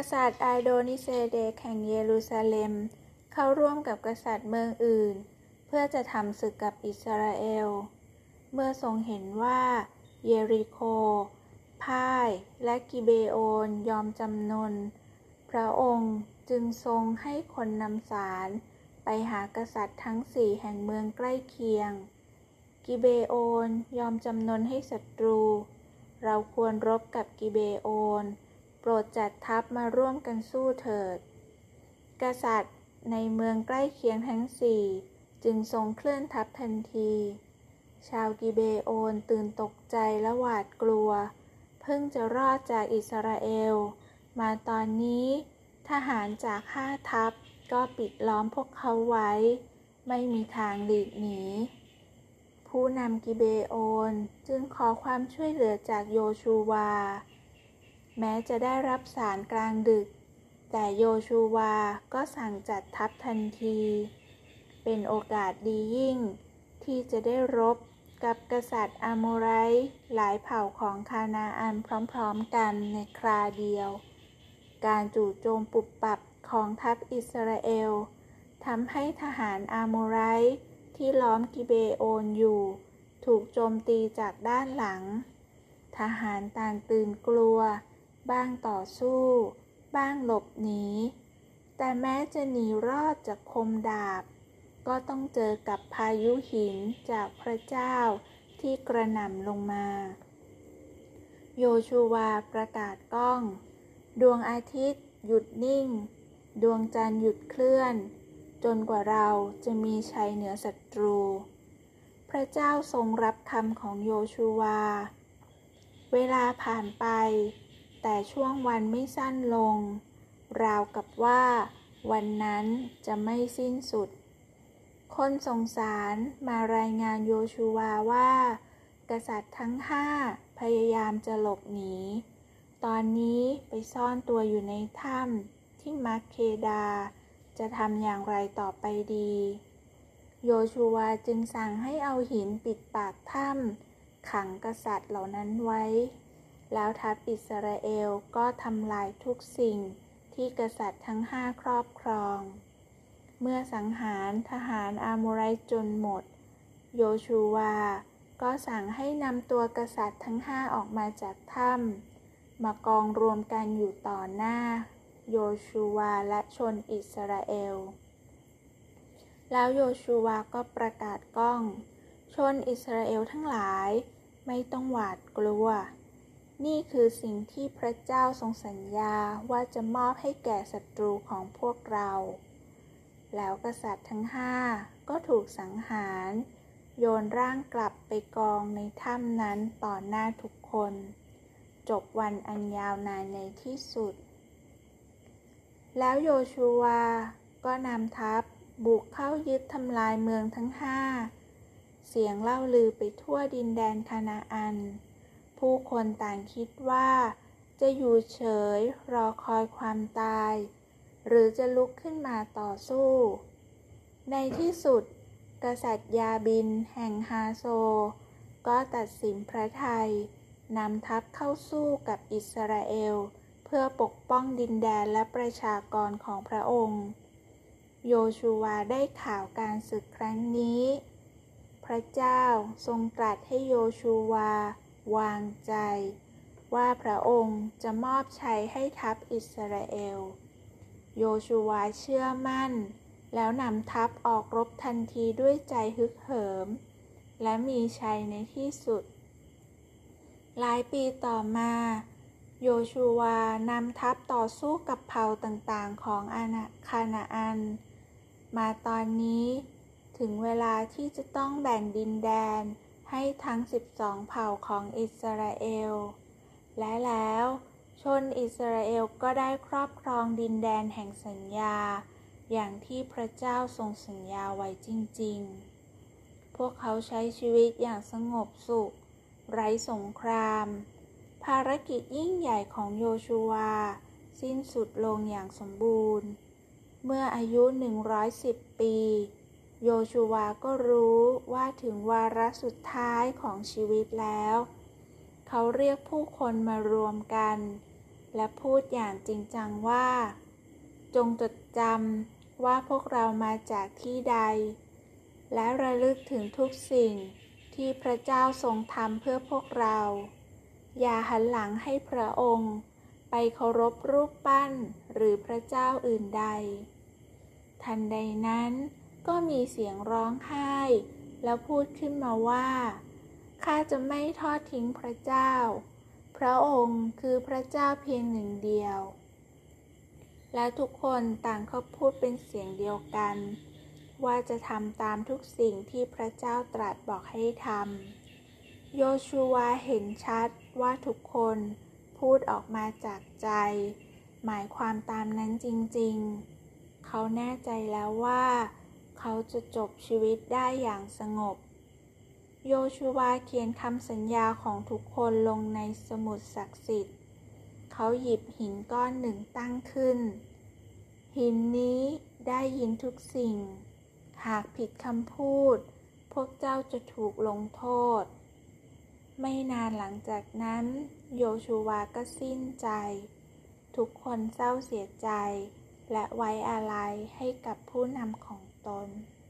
ษัตริย์อาโดนิเซเดกแห่งเยรูซาเล็มเข้าร่วมกับกษัตริย์เมืองอื่นเพื่อจะทำศึกกับอิสราเอลเมื่อทรงเห็นว่าเยริโคพ่ายและกิเบโอนยอมจำนนพระองค์จึงทรงให้คนนำสารไปหากษัตริย์ทั้งสี่แห่งเมืองใกล้เคียงกิเบโอนยอมจำนนให้ศัตรูเราควรรบกับกิเบโอนโปรดจัดทัพมาร่วมกันสู้เถิดกษัตริย์ในเมืองใกล้เคียงทั้งสี่จึงทรงเคลื่อนทัพทันทีชาวกิเบโอนตื่นตกใจและหวาดกลัวเพิ่งจะรอดจากอิสราเอลมาตอนนี้ทหารจาก5 ทัพก็ปิดล้อมพวกเขาไว้ไม่มีทางหลีกหนีผู้นำกิเบโอนจึงขอความช่วยเหลือจากโยชูวาแม้จะได้รับสารกลางดึกแต่โยชูวาก็สั่งจัดทัพทันทีเป็นโอกาสดียิ่งที่จะได้รบกับกษัตริย์อาโมไรต์หลายเผ่าของคานาอันพร้อมๆกันในคราเดียวการจู่โจมปุบปับของทัพอิสราเอลทำให้ทหารอาโมไรต์ที่ล้อมกิเบโอนอยู่ถูกโจมตีจากด้านหลังทหารต่างตื่นกลัวบ้างต่อสู้บ้างหลบหนีแต่แม้จะหนีรอดจากคมดาบก็ต้องเจอกับพายุหินจากพระเจ้าที่กระหน่ำลงมาโยชูวาประกาศก้องดวงอาทิตย์หยุดนิ่งดวงจันทร์หยุดเคลื่อนจนกว่าเราจะมีชัยเหนือศัตรูพระเจ้าทรงรับคำของโยชูวาเวลาผ่านไปแต่ช่วงวันไม่สั้นลงราวกับว่าวันนั้นจะไม่สิ้นสุดคนสงสารมารายงานโยชูวาว่ากษัตริย์ทั้ง5พยายามจะหลบหนีตอนนี้ไปซ่อนตัวอยู่ในถ้ำที่มักเคดาจะทำอย่างไรต่อไปดีโยชูวาจึงสั่งให้เอาหินปิดปากถ้ำขังกษัตริย์เหล่านั้นไว้แล้วทัพอิสราเอลก็ทำลายทุกสิ่งที่กษัตริย์ทั้ง5ครอบครองเมื่อสังหารทหารอาโมไรต์จนหมดโยชูวาก็สั่งให้นำตัวกษัตริย์ทั้ง5ออกมาจากถ้ำมากองรวมกันอยู่ต่อหน้าโยชูวาและชนอิสราเอลแล้วโยชูวาก็ประกาศก้องชนอิสราเอลทั้งหลายไม่ต้องหวาดกลัวนี่คือสิ่งที่พระเจ้าทรงสัญญาว่าจะมอบให้แก่ศัตรูของพวกเราแล้วกษัตริย์ทั้ง5ก็ถูกสังหารโยนร่างกลับไปกองในถ้ำนั้นต่อหน้าทุกคนจบวันอันยาวนานในที่สุดแล้วโยชูวาก็นำทัพบุกเข้ายึดทำลายเมืองทั้ง5เสียงเล่าลือไปทั่วดินแดนคานาอันผู้คนต่างคิดว่าจะอยู่เฉยรอคอยความตายหรือจะลุกขึ้นมาต่อสู้ในที่สุดกษัตริย์ยาบินแห่งฮาโซก็ตัดสินพระทัยนำทัพเข้าสู้กับอิสราเอลเพื่อปกป้องดินแดนและประชากรของพระองค์โยชูวาได้ข่าวการศึกครั้งนี้พระเจ้าทรงตรัสให้โยชูวาวางใจว่าพระองค์จะมอบชัยให้ทัพอิสราเอลโยชูวาเชื่อมั่นแล้วนำทัพออกรบทันทีด้วยใจฮึกเหิมและมีชัยในที่สุดหลายปีต่อมาโยชูวานำทัพต่อสู้กับเผ่าต่างๆของคานาอันมาตอนนี้ถึงเวลาที่จะต้องแบ่งดินแดนให้ทั้ง12เผ่าของอิสราเอลและแล้วชนอิสราเอลก็ได้ครอบครองดินแดนแห่งสัญญาอย่างที่พระเจ้าทรงสัญญาไว้จริงๆพวกเขาใช้ชีวิตอย่างสงบสุขไร้สงครามภารกิจยิ่งใหญ่ของโยชูวาสิ้นสุดลงอย่างสมบูรณ์เมื่ออายุ110 ปีโยชูวาก็รู้ว่าถึงวาระสุดท้ายของชีวิตแล้วเขาเรียกผู้คนมารวมกันและพูดอย่างจริงจังว่าจงจดจำว่าพวกเรามาจากที่ใดและระลึกถึงทุกสิ่งที่พระเจ้าทรงทำเพื่อพวกเราอย่าหันหลังให้พระองค์ไปเคารพรูปปั้นหรือพระเจ้าอื่นใดทันใดนั้นก็มีเสียงร้องไห้แล้วพูดขึ้นมาว่าข้าจะไม่ทอดทิ้งพระเจ้าพระองค์คือพระเจ้าเพียงหนึ่งเดียวและทุกคนต่างก็พูดเป็นเสียงเดียวกันว่าจะทำตามทุกสิ่งที่พระเจ้าตรัสบอกให้ทำโยชูวาเห็นชัดว่าทุกคนพูดออกมาจากใจหมายความตามนั้นจริงๆเขาแน่ใจแล้วว่าเขาจะจบชีวิตได้อย่างสงบโยชูวาเขียนคำสัญญาของทุกคนลงในสมุดศักดิ์สิทธิ์เขาหยิบหินก้อนหนึ่งตั้งขึ้นหินนี้ได้ยินทุกสิ่งหากผิดคำพูดพวกเจ้าจะถูกลงโทษไม่นานหลังจากนั้นโยชูวาก็สิ้นใจทุกคนเศร้าเสียใจและไว้อาลัยให้กับผู้นำของตน